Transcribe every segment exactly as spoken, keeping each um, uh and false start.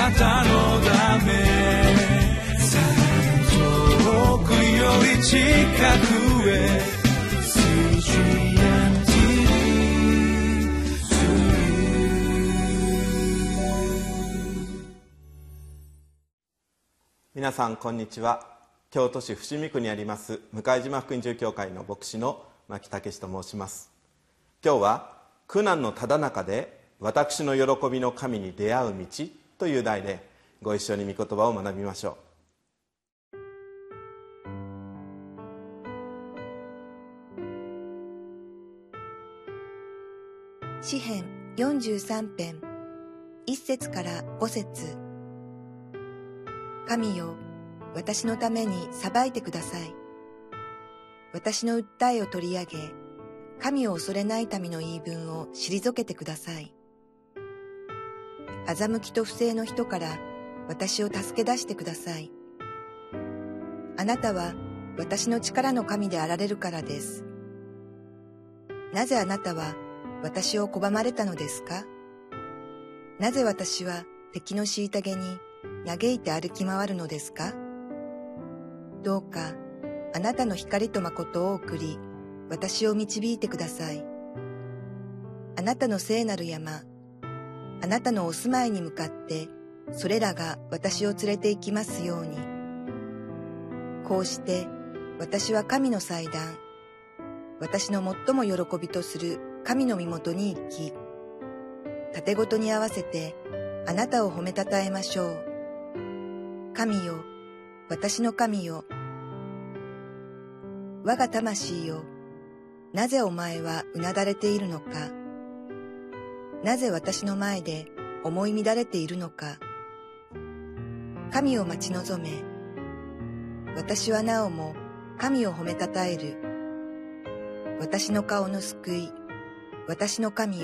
なたのため遠くより近くへ皆さんこんにちは。京都市伏見区にあります向島福音住教会の牧師の牧武と申します。今日は苦難のただ中で私の喜びの神に出会う道という題でご一緒に御言葉を学びましょう。詩編よんじゅうさん編いっ節からご節。神よ、私のために裁いてください。私の訴えを取り上げ、神を恐れない民の言い分を退けてください。欺きと不正の人から私を助け出してください。あなたは私の力の神であられるからです。なぜあなたは私を拒まれたのですか？なぜ私は敵の虐げに嘆いて歩き回るのですか？どうかあなたの光と誠を送り、私を導いてください。あなたの聖なる山、あなたのお住まいに向かって、それらが私を連れて行きますように。こうして私は神の祭壇、私の最も喜びとする神の身元に行き、盾ごとに合わせてあなたを褒めたたえましょう。神よ、私の神よ、我が魂よ、なぜお前はうなだれているのか。なぜ私の前で思い乱れているのか。神を待ち望め。私はなおも神を褒めたたえる。私の顔の救い、私の神よ。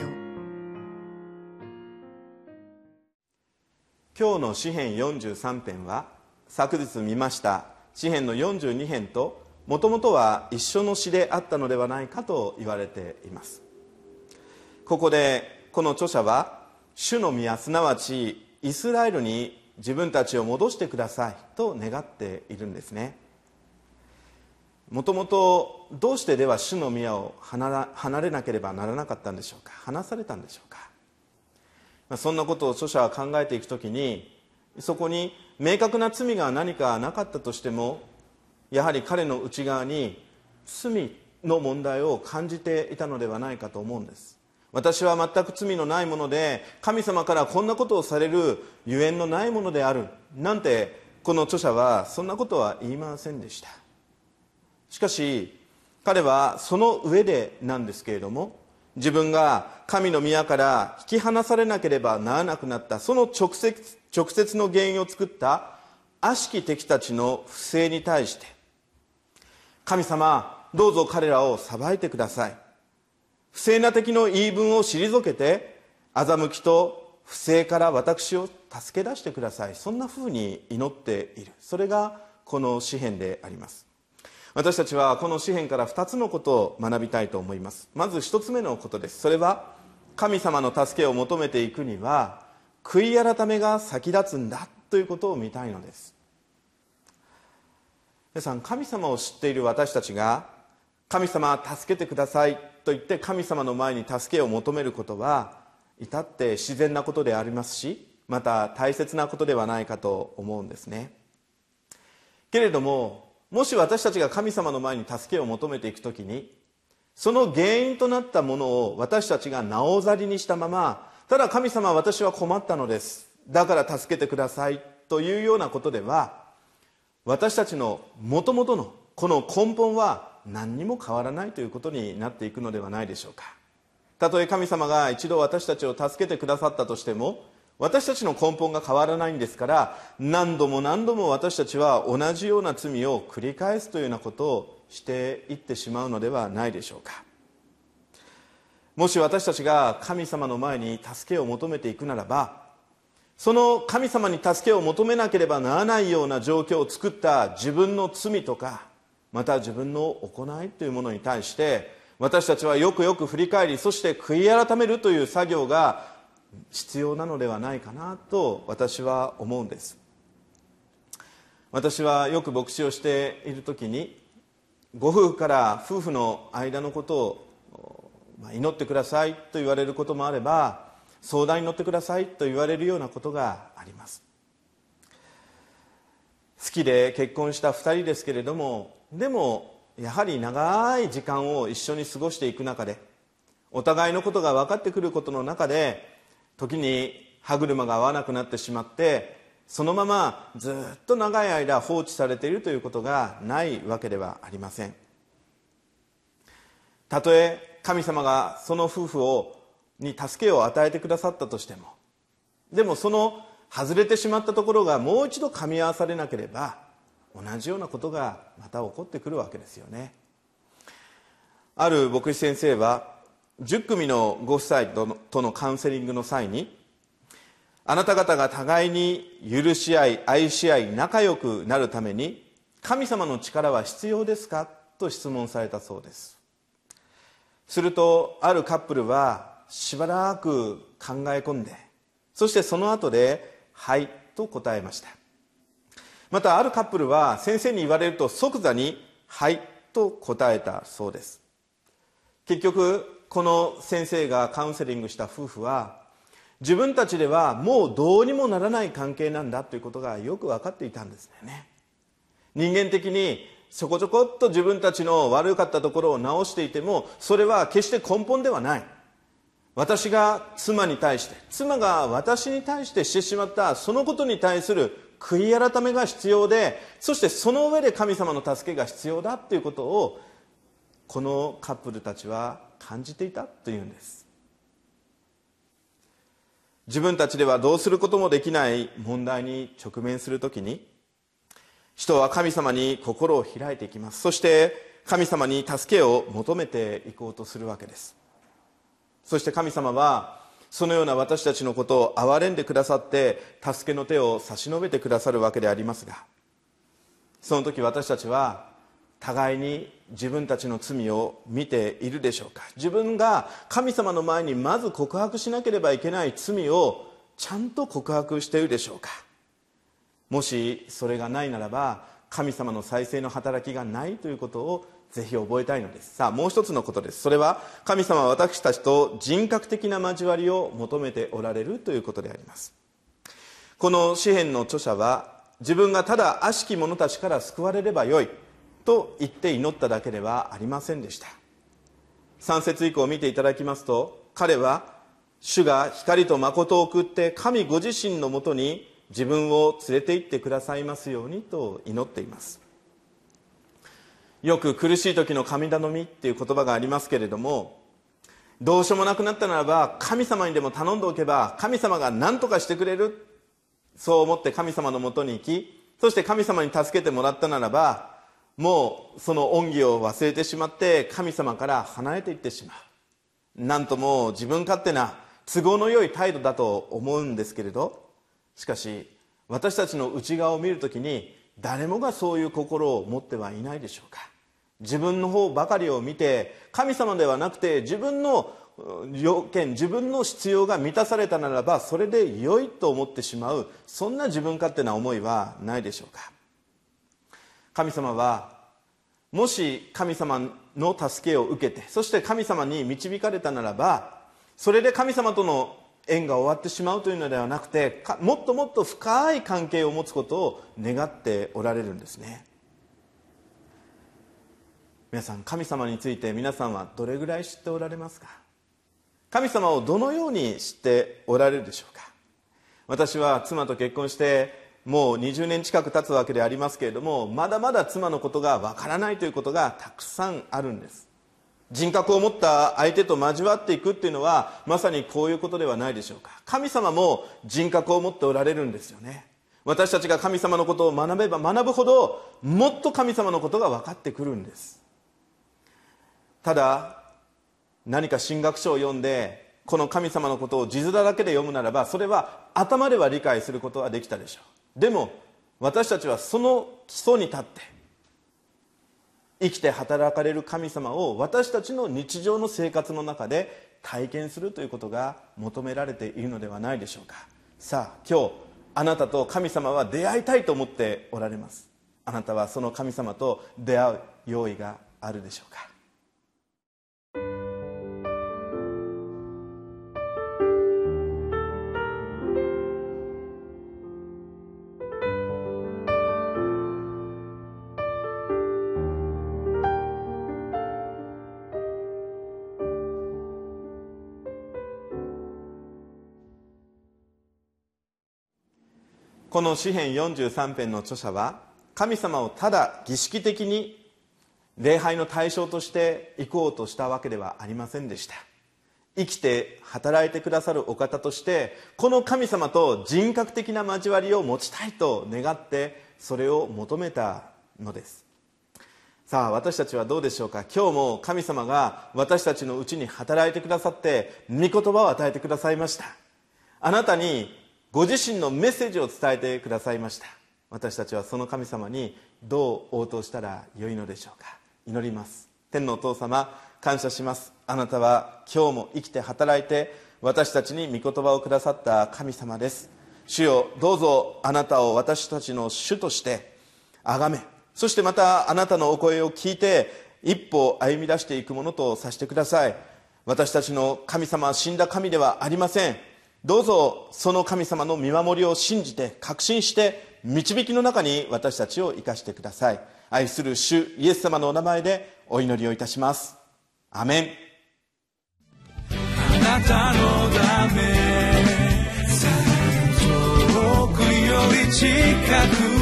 今日の詩編よんじゅうさん編は昨日見ました詩編のよんじゅうに編ともともとは一緒の詩であったのではないかと言われています。ここでこの著者は主の宮、すなわちイスラエルに自分たちを戻してくださいと願っているんですね。もともとどうしてでは主の宮を離れなければならなかったんでしょうか。離されたんでしょうか。そんなことを著者は考えていくときに、そこに明確な罪が何かなかったとしても、やはり彼の内側に罪の問題を感じていたのではないかと思うんです。私は全く罪のないもので、神様からこんなことをされるゆえんのないものであるなんて、この著者はそんなことは言いませんでした。しかし彼はその上でなんですけれども、自分が神の宮から引き離されなければならなくなったその直接、直接の原因を作った悪しき敵たちの不正に対して、神様どうぞ彼らを裁いてください。不正な敵の言い分を退けて、欺きと不正から私を助け出してください。そんなふうに祈っている。それがこの詩編であります。私たちはこの詩編からふたつのことを学びたいと思います。まずひとつめのことです。それは神様の助けを求めていくには悔い改めが先立つんだということを見たいのです。皆さん、神様を知っている私たちが神様助けてくださいと言って神様の前に助けを求めることは至って自然なことでありますし、また大切なことではないかと思うんですね。けれども、もし私たちが神様の前に助けを求めていくときに、その原因となったものを私たちがなおざりにしたまま、ただ神様私は困ったのです、だから助けてくださいというようなことでは、私たちのもともとのこの根本は何にも変わらないということになっていくのではないでしょうか。たとえ神様が一度私たちを助けてくださったとしても、私たちの根本が変わらないんですから、何度も何度も私たちは同じような罪を繰り返すというようなことをしていってしまうのではないでしょうか。もし私たちが神様の前に助けを求めていくならば、その神様に助けを求めなければならないような状況を作った自分の罪とか、また自分の行いというものに対して、私たちはよくよく振り返り、そして悔い改めるという作業が必要なのではないかなと私は思うんです。私はよく牧師をしている時に、ご夫婦から夫婦の間のことを祈ってくださいと言われることもあれば、相談に乗ってくださいと言われるようなことがあります。好きで結婚したふたりですけれども、でもやはり長い時間を一緒に過ごしていく中で、お互いのことが分かってくることの中で、時に歯車が合わなくなってしまって、そのままずっと長い間放置されているということがないわけではありません。たとえ神様がその夫婦をに助けを与えてくださったとしても、でもその外れてしまったところがもう一度噛み合わされなければ、同じようなことがまた起こってくるわけですよね。ある牧師先生はじゅっくみのご夫妻との、とのカウンセリングの際に、あなた方が互いに許し合い愛し合い仲良くなるために神様の力は必要ですかと質問されたそうです。するとあるカップルはしばらく考え込んで、そしてその後ではいと答えました。またあるカップルは先生に言われると即座にはいと答えたそうです。結局この先生がカウンセリングした夫婦は、自分たちではもうどうにもならない関係なんだということがよく分かっていたんですね。人間的にちょこちょこっと自分たちの悪かったところを直していても、それは決して根本ではない。私が妻に対して、妻が私に対してしてしまったそのことに対する悔い改めが必要で、そしてその上で神様の助けが必要だということをこのカップルたちは感じていたというんです。自分たちではどうすることもできない問題に直面するときに、人は神様に心を開いていきます。そして神様に助けを求めていこうとするわけです。そして神様はそのような私たちのことを憐れんでくださって、助けの手を差し伸べてくださるわけでありますが、その時私たちは互いに自分たちの罪を見ているでしょうか。自分が神様の前にまず告白しなければいけない罪をちゃんと告白しているでしょうか。もしそれがないならば、神様の再生の働きがないということをぜひ覚えたいのです。さあ、もう一つのことです。それは神様は私たちと人格的な交わりを求めておられるということであります。この詩編の著者は、自分がただ悪しき者たちから救われればよいと言って祈っただけではありませんでした。さん節以降を見ていただきますと、彼は主が光と誠を送って神ご自身のもとに自分を連れて行ってくださいますようにと祈っています。よく苦しい時の神頼みっていう言葉がありますけれども、どうしようもなくなったならば神様にでも頼んでおけば神様が何とかしてくれる、そう思って神様のもとに行き、そして神様に助けてもらったならば、もうその恩義を忘れてしまって神様から離れていってしまう。なんとも自分勝手な都合の良い態度だと思うんですけれど、しかし私たちの内側を見るときに誰もがそういう心を持ってはいないでしょうか。自分の方ばかりを見て、神様ではなくて自分の要件、自分の必要が満たされたならばそれで良いと思ってしまう、そんな自分勝手な思いはないでしょうか。神様はもし神様の助けを受けて、そして神様に導かれたならば、それで神様との縁が終わってしまうというのではなくて、もっともっと深い関係を持つことを願っておられるんですね。皆さん、神様について皆さんはどれぐらい知っておられますか。神様をどのように知っておられるでしょうか。私は妻と結婚してもうにじゅうねん近く経つわけでありますけれども、まだまだ妻のことがわからないということがたくさんあるんです。人格を持った相手と交わっていくっていうのはまさにこういうことではないでしょうか。神様も人格を持っておられるんですよね。私たちが神様のことを学べば学ぶほどもっと神様のことが分かってくるんです。ただ何か神学書を読んでこの神様のことを字面だけで読むならば、それは頭では理解することはできたでしょう。でも私たちはその基礎に立って生きて働かれる神様を私たちの日常の生活の中で体験するということが求められているのではないでしょうか。さあ今日あなたと神様は出会いたいと思っておられます。あなたはその神様と出会う用意があるでしょうか。この詩編よんじゅうさん編の著者は、神様をただ儀式的に礼拝の対象として行こうとしたわけではありませんでした。生きて働いてくださるお方として、この神様と人格的な交わりを持ちたいと願って、それを求めたのです。さあ私たちはどうでしょうか。今日も神様が私たちのうちに働いてくださって、御言葉を与えてくださいました。あなたにご自身のメッセージを伝えてくださいました。私たちはその神様にどう応答したらよいのでしょうか。祈ります。天のお父様、感謝します。あなたは今日も生きて働いて私たちに御言葉をくださった神様です。主よ、どうぞあなたを私たちの主として崇め、そしてまたあなたのお声を聞いて一歩歩み出していくものとさせてください。私たちの神様は死んだ神ではありません。どうぞその神様の見守りを信じて確信して導きの中に私たちを生かしてください。愛する主イエス様のお名前でお祈りをいたします。アメン。 あなたのため遠くより近く